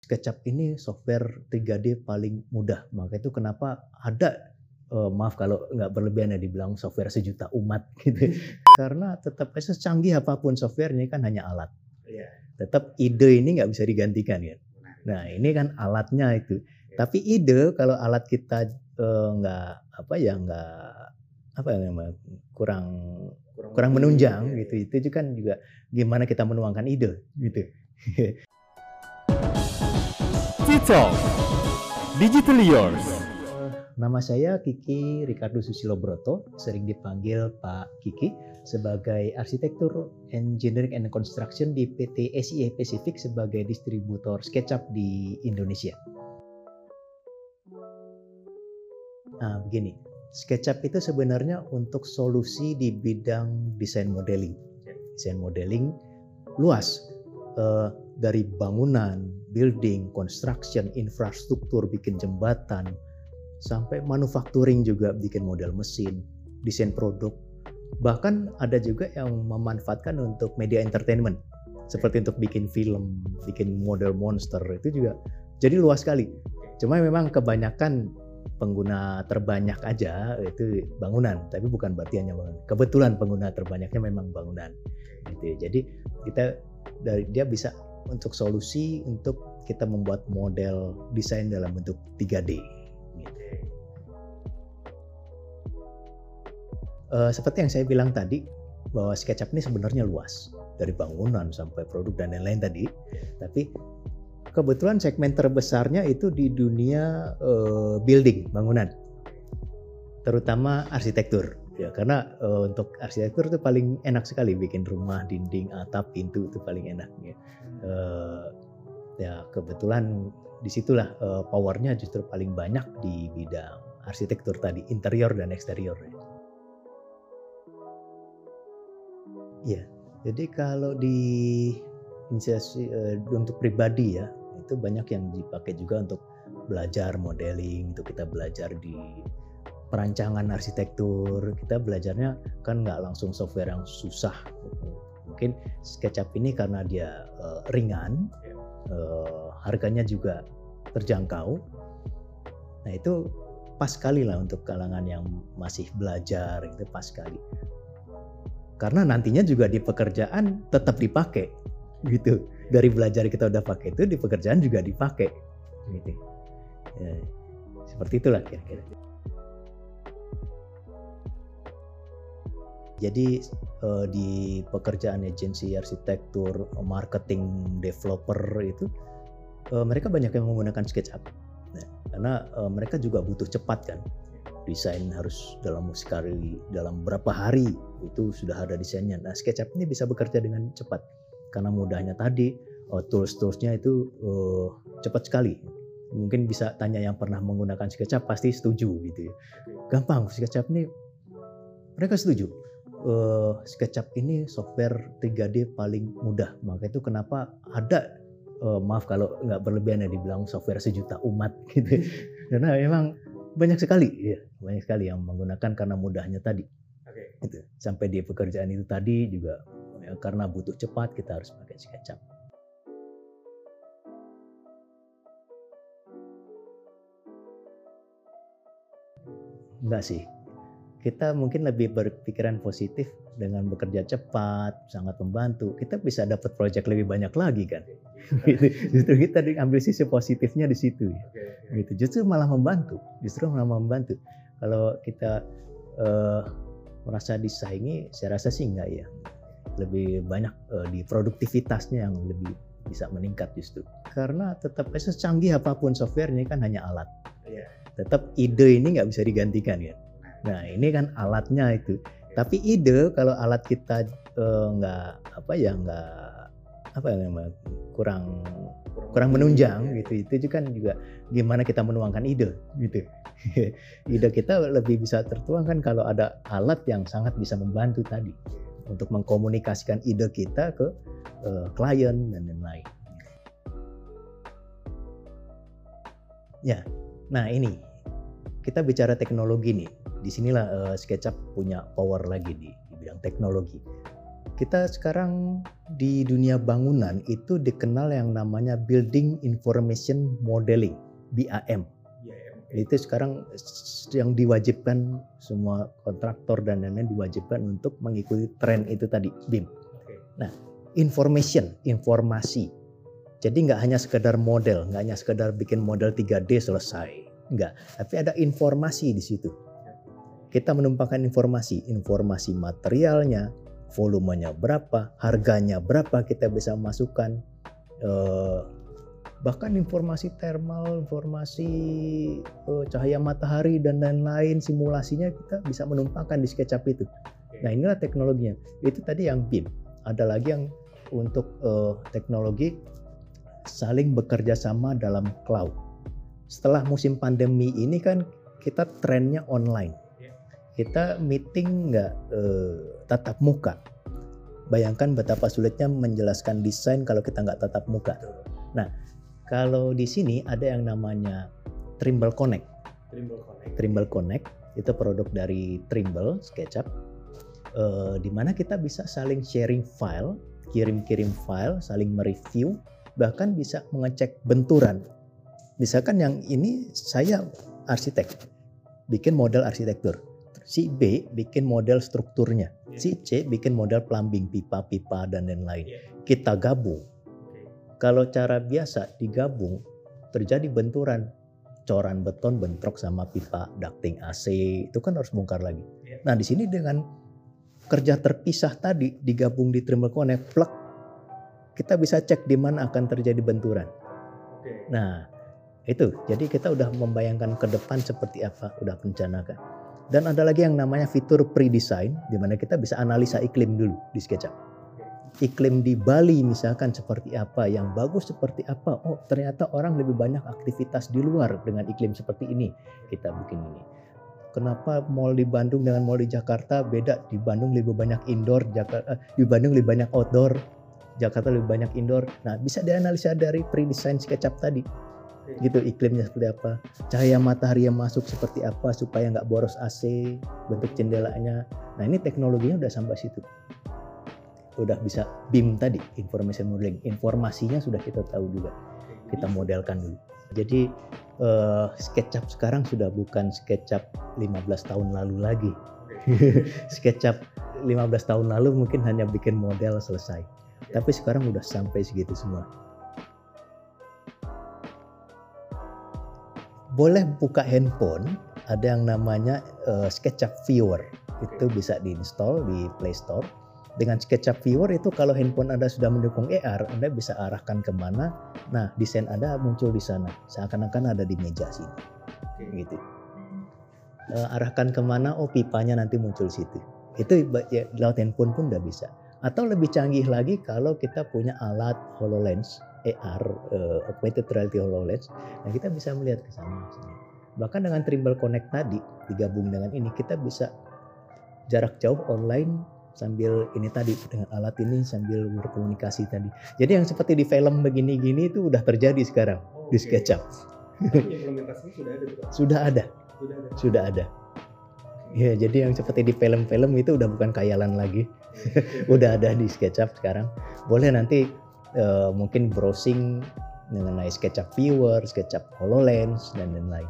SketchUp ini software 3D paling mudah, maka itu kenapa ada, maaf kalau nggak berlebihan ya dibilang software sejuta umat gitu. Karena tetap aja secanggih apapun software ini kan hanya alat. Iya. Tetap ide ini nggak bisa digantikan ya. Nah ini kan alatnya itu. Tapi ide kalau alat kita, nggak namanya, kurang menunjang gitu, itu kan juga gimana kita menuangkan ide gitu. T-Talk Digital Yours. Nama saya Kiki Ricardo Susilo Broto, sering dipanggil Pak Kiki, sebagai arsitektur engineering and construction di PT SIA Pacific sebagai distributor SketchUp di Indonesia. Nah, begini, SketchUp itu sebenarnya untuk solusi di bidang desain modeling. Desain modeling luas, dari bangunan, building, construction, infrastruktur, bikin jembatan, sampai manufacturing juga bikin model mesin, desain produk. Bahkan ada juga yang memanfaatkan untuk media entertainment, seperti untuk bikin film, bikin model monster, itu juga jadi luas sekali. Cuma memang kebanyakan pengguna terbanyak aja itu bangunan, tapi bukan berarti hanya bangunan. Kebetulan pengguna terbanyaknya memang bangunan. Gitu. Jadi dia bisa untuk solusi untuk kita membuat model desain dalam bentuk 3D. Gitu. Seperti yang saya bilang tadi, bahwa SketchUp ini sebenarnya luas, dari bangunan sampai produk dan lain-lain tadi. Tapi kebetulan segmen terbesarnya itu di dunia building, bangunan, terutama arsitektur. Ya, karena untuk arsitektur itu paling enak sekali bikin rumah, dinding, atap, pintu itu paling enak. Ya kebetulan disitulah powernya justru paling banyak di bidang arsitektur tadi, interior dan eksterior. Ya, jadi kalau di inisiasi untuk pribadi ya, itu banyak yang dipakai juga untuk belajar modeling, untuk kita belajar di perancangan arsitektur. Kita belajarnya kan nggak langsung software yang susah. Mungkin SketchUp ini karena dia ringan, harganya juga terjangkau. Nah itu pas sekali lah untuk kalangan yang masih belajar, itu pas sekali. Karena nantinya juga di pekerjaan tetap dipakai, gitu. Dari belajar kita udah pakai itu, di pekerjaan juga dipakai, gitu. Ya, seperti itulah kira-kira. Jadi di pekerjaan agensi arsitektur, marketing, developer itu mereka banyak yang menggunakan SketchUp. Nah, karena mereka juga butuh cepat kan. Desain harus dalam berapa hari itu sudah ada desainnya. Nah, SketchUp ini bisa bekerja dengan cepat karena mudahnya tadi, tools-toolsnya itu cepat sekali. Mungkin bisa tanya yang pernah menggunakan SketchUp pasti setuju gitu ya. Gampang, SketchUp ini mereka setuju. SketchUp ini software 3D paling mudah, maka itu kenapa ada, maaf kalau nggak berlebihan ya dibilang software sejuta umat gitu. Karena memang banyak sekali yang menggunakan karena mudahnya tadi. Gitu. Sampai di pekerjaan itu tadi juga ya, karena butuh cepat kita harus pakai SketchUp. Enggak sih. Kita mungkin lebih berpikiran positif dengan bekerja cepat, sangat membantu. Kita bisa dapat proyek lebih banyak lagi kan. Justru kita ambil sisi positifnya di situ. Gitu. Justru malah membantu. Kalau kita merasa disaingi, saya rasa sih enggak ya. Lebih banyak di produktivitasnya yang lebih bisa meningkat justru. Karena tetap secanggih apapun software ini kan hanya alat. Tetap ide ini nggak bisa digantikan ya. Nah ini kan alatnya itu. Tapi ide kalau alat kita kurang menunjang gitu, itu kan juga gimana kita menuangkan ide gitu. Ide kita lebih bisa tertuangkan kalau ada alat yang sangat bisa membantu tadi untuk mengkomunikasikan ide kita ke klien dan lain-lain. Ya, nah ini kita bicara teknologi nih. Disinilah SketchUp punya power lagi di bidang teknologi. Kita sekarang di dunia bangunan itu dikenal yang namanya Building Information Modeling, BIM. Itu sekarang yang diwajibkan semua kontraktor dan lain-lain diwajibkan untuk mengikuti tren itu tadi, BIM. Nah, informasi. Jadi nggak hanya sekedar model, nggak hanya sekedar bikin model 3D selesai. Enggak, tapi ada informasi di situ. Kita menumpahkan informasi materialnya, volumenya berapa, harganya berapa kita bisa masukkan, bahkan informasi thermal, informasi cahaya matahari dan lain-lain, simulasinya kita bisa menumpahkan di SketchUp itu. Nah, inilah teknologinya. Itu tadi yang BIM. Ada lagi yang untuk teknologi saling bekerja sama dalam cloud. Setelah musim pandemi ini kan kita trennya online. Kita meeting nggak tatap muka. Bayangkan betapa sulitnya menjelaskan desain kalau kita nggak tatap muka. Nah, kalau di sini ada yang namanya Trimble Connect. Trimble Connect itu produk dari Trimble SketchUp, di mana kita bisa saling sharing file, kirim-kirim file, saling mereview, bahkan bisa mengecek benturan. Misalkan yang ini saya arsitek, bikin model arsitektur. Si B bikin model strukturnya, si C bikin model plumbing, pipa-pipa dan lain-lain. Kita gabung. Kalau cara biasa digabung terjadi benturan, coran beton bentrok sama pipa ducting AC, itu kan harus bongkar lagi. Nah, di sini dengan kerja terpisah tadi digabung di Trimble Connect, plug, kita bisa cek di mana akan terjadi benturan. Nah, itu. Jadi kita udah membayangkan ke depan seperti apa, udah rencanakan. Dan ada lagi yang namanya fitur pre-design, di mana kita bisa analisa iklim dulu di SketchUp. Iklim di Bali misalkan seperti apa, yang bagus seperti apa. Oh, ternyata orang lebih banyak aktivitas di luar dengan iklim seperti ini. Kita bikin ini. Kenapa mall di Bandung dengan mall di Jakarta beda? Di Bandung lebih banyak indoor, di Bandung lebih banyak outdoor, Jakarta lebih banyak indoor. Nah, bisa dianalisa dari pre-design SketchUp tadi. Gitu, iklimnya seperti apa, cahaya matahari yang masuk seperti apa supaya nggak boros AC, bentuk jendelanya. Nah, ini teknologinya udah sampai situ. Udah bisa BIM tadi, information modeling, informasinya sudah kita tahu juga, kita modelkan dulu. Jadi SketchUp sekarang sudah bukan SketchUp 15 tahun lalu lagi. SketchUp 15 tahun lalu mungkin hanya bikin model selesai, tapi sekarang udah sampai segitu semua. Boleh buka handphone, ada yang namanya SketchUp Viewer. Itu bisa diinstal di Play Store. Dengan SketchUp Viewer itu kalau handphone Anda sudah mendukung AR, Anda bisa arahkan kemana. Nah, desain Anda muncul di sana. Seakan-akan ada di meja sini. Gitu. Arahkan kemana, oh pipanya nanti muncul situ. Itu ya, lewat handphone pun udah bisa. Atau lebih canggih lagi kalau kita punya alat HoloLens, AR, Augmented Reality HoloLens, nah kita bisa melihat ke sana. Bahkan dengan Trimble Connect tadi, digabung dengan ini, kita bisa jarak jauh online sambil ini tadi, dengan alat ini sambil berkomunikasi tadi. Jadi yang seperti di film begini-gini itu udah terjadi sekarang di SketchUp. Implementasinya sudah ada juga? Sudah ada. Ya, jadi yang seperti di film-film itu udah bukan khayalan lagi. Udah ada di SketchUp sekarang. Boleh nanti mungkin browsing mengenai SketchUp Viewer, SketchUp HoloLens dan lain-lain.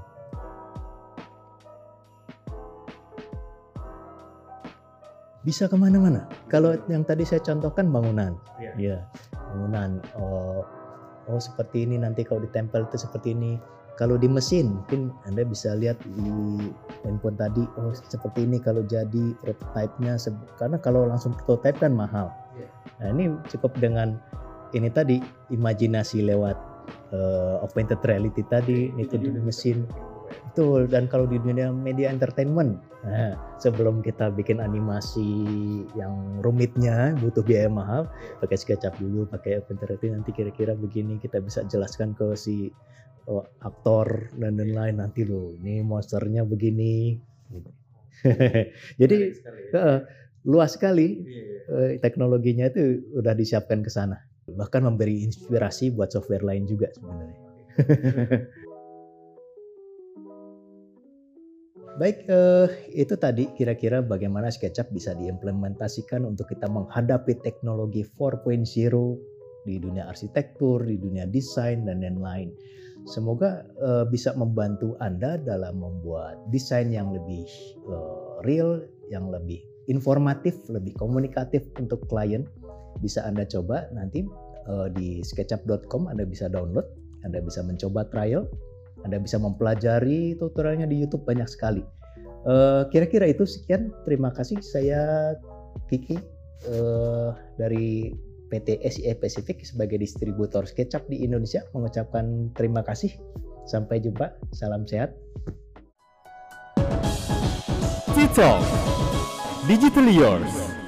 Bisa kemana-mana. Kalau yang tadi saya contohkan bangunan, ya bangunan. Oh seperti ini nanti kalau ditempel itu seperti ini. Kalau di mesin mungkin Anda bisa lihat di handphone tadi, oh seperti ini kalau jadi prototype-nya, karena kalau langsung prototype kan mahal. Nah ini cukup dengan ini tadi, imajinasi lewat augmented reality tadi, itu di mesin. Betul, dan kalau di dunia media entertainment, nah, sebelum kita bikin animasi yang rumitnya, butuh biaya mahal, pakai SketchUp dulu, pakai augmented reality, nanti kira-kira begini, kita bisa jelaskan ke si aktor dan lain-lain, nanti loh, ini monsternya begini. Jadi luas sekali teknologinya itu udah disiapkan ke sana. Bahkan memberi inspirasi buat software lain juga sebenarnya. Baik, itu tadi kira-kira bagaimana SketchUp bisa diimplementasikan untuk kita menghadapi teknologi 4.0 di dunia arsitektur, di dunia desain, dan lain-lain. Semoga bisa membantu Anda dalam membuat desain yang lebih real, yang lebih informatif, lebih komunikatif untuk klien. Bisa Anda coba nanti di sketchup.com, Anda bisa download, Anda bisa mencoba trial, Anda bisa mempelajari tutorialnya di YouTube banyak sekali. Kira-kira itu sekian. Terima kasih. Saya Kiki dari PT SIA Pacific sebagai distributor SketchUp di Indonesia mengucapkan terima kasih. Sampai jumpa. Salam sehat. T-Talk Digital Yours.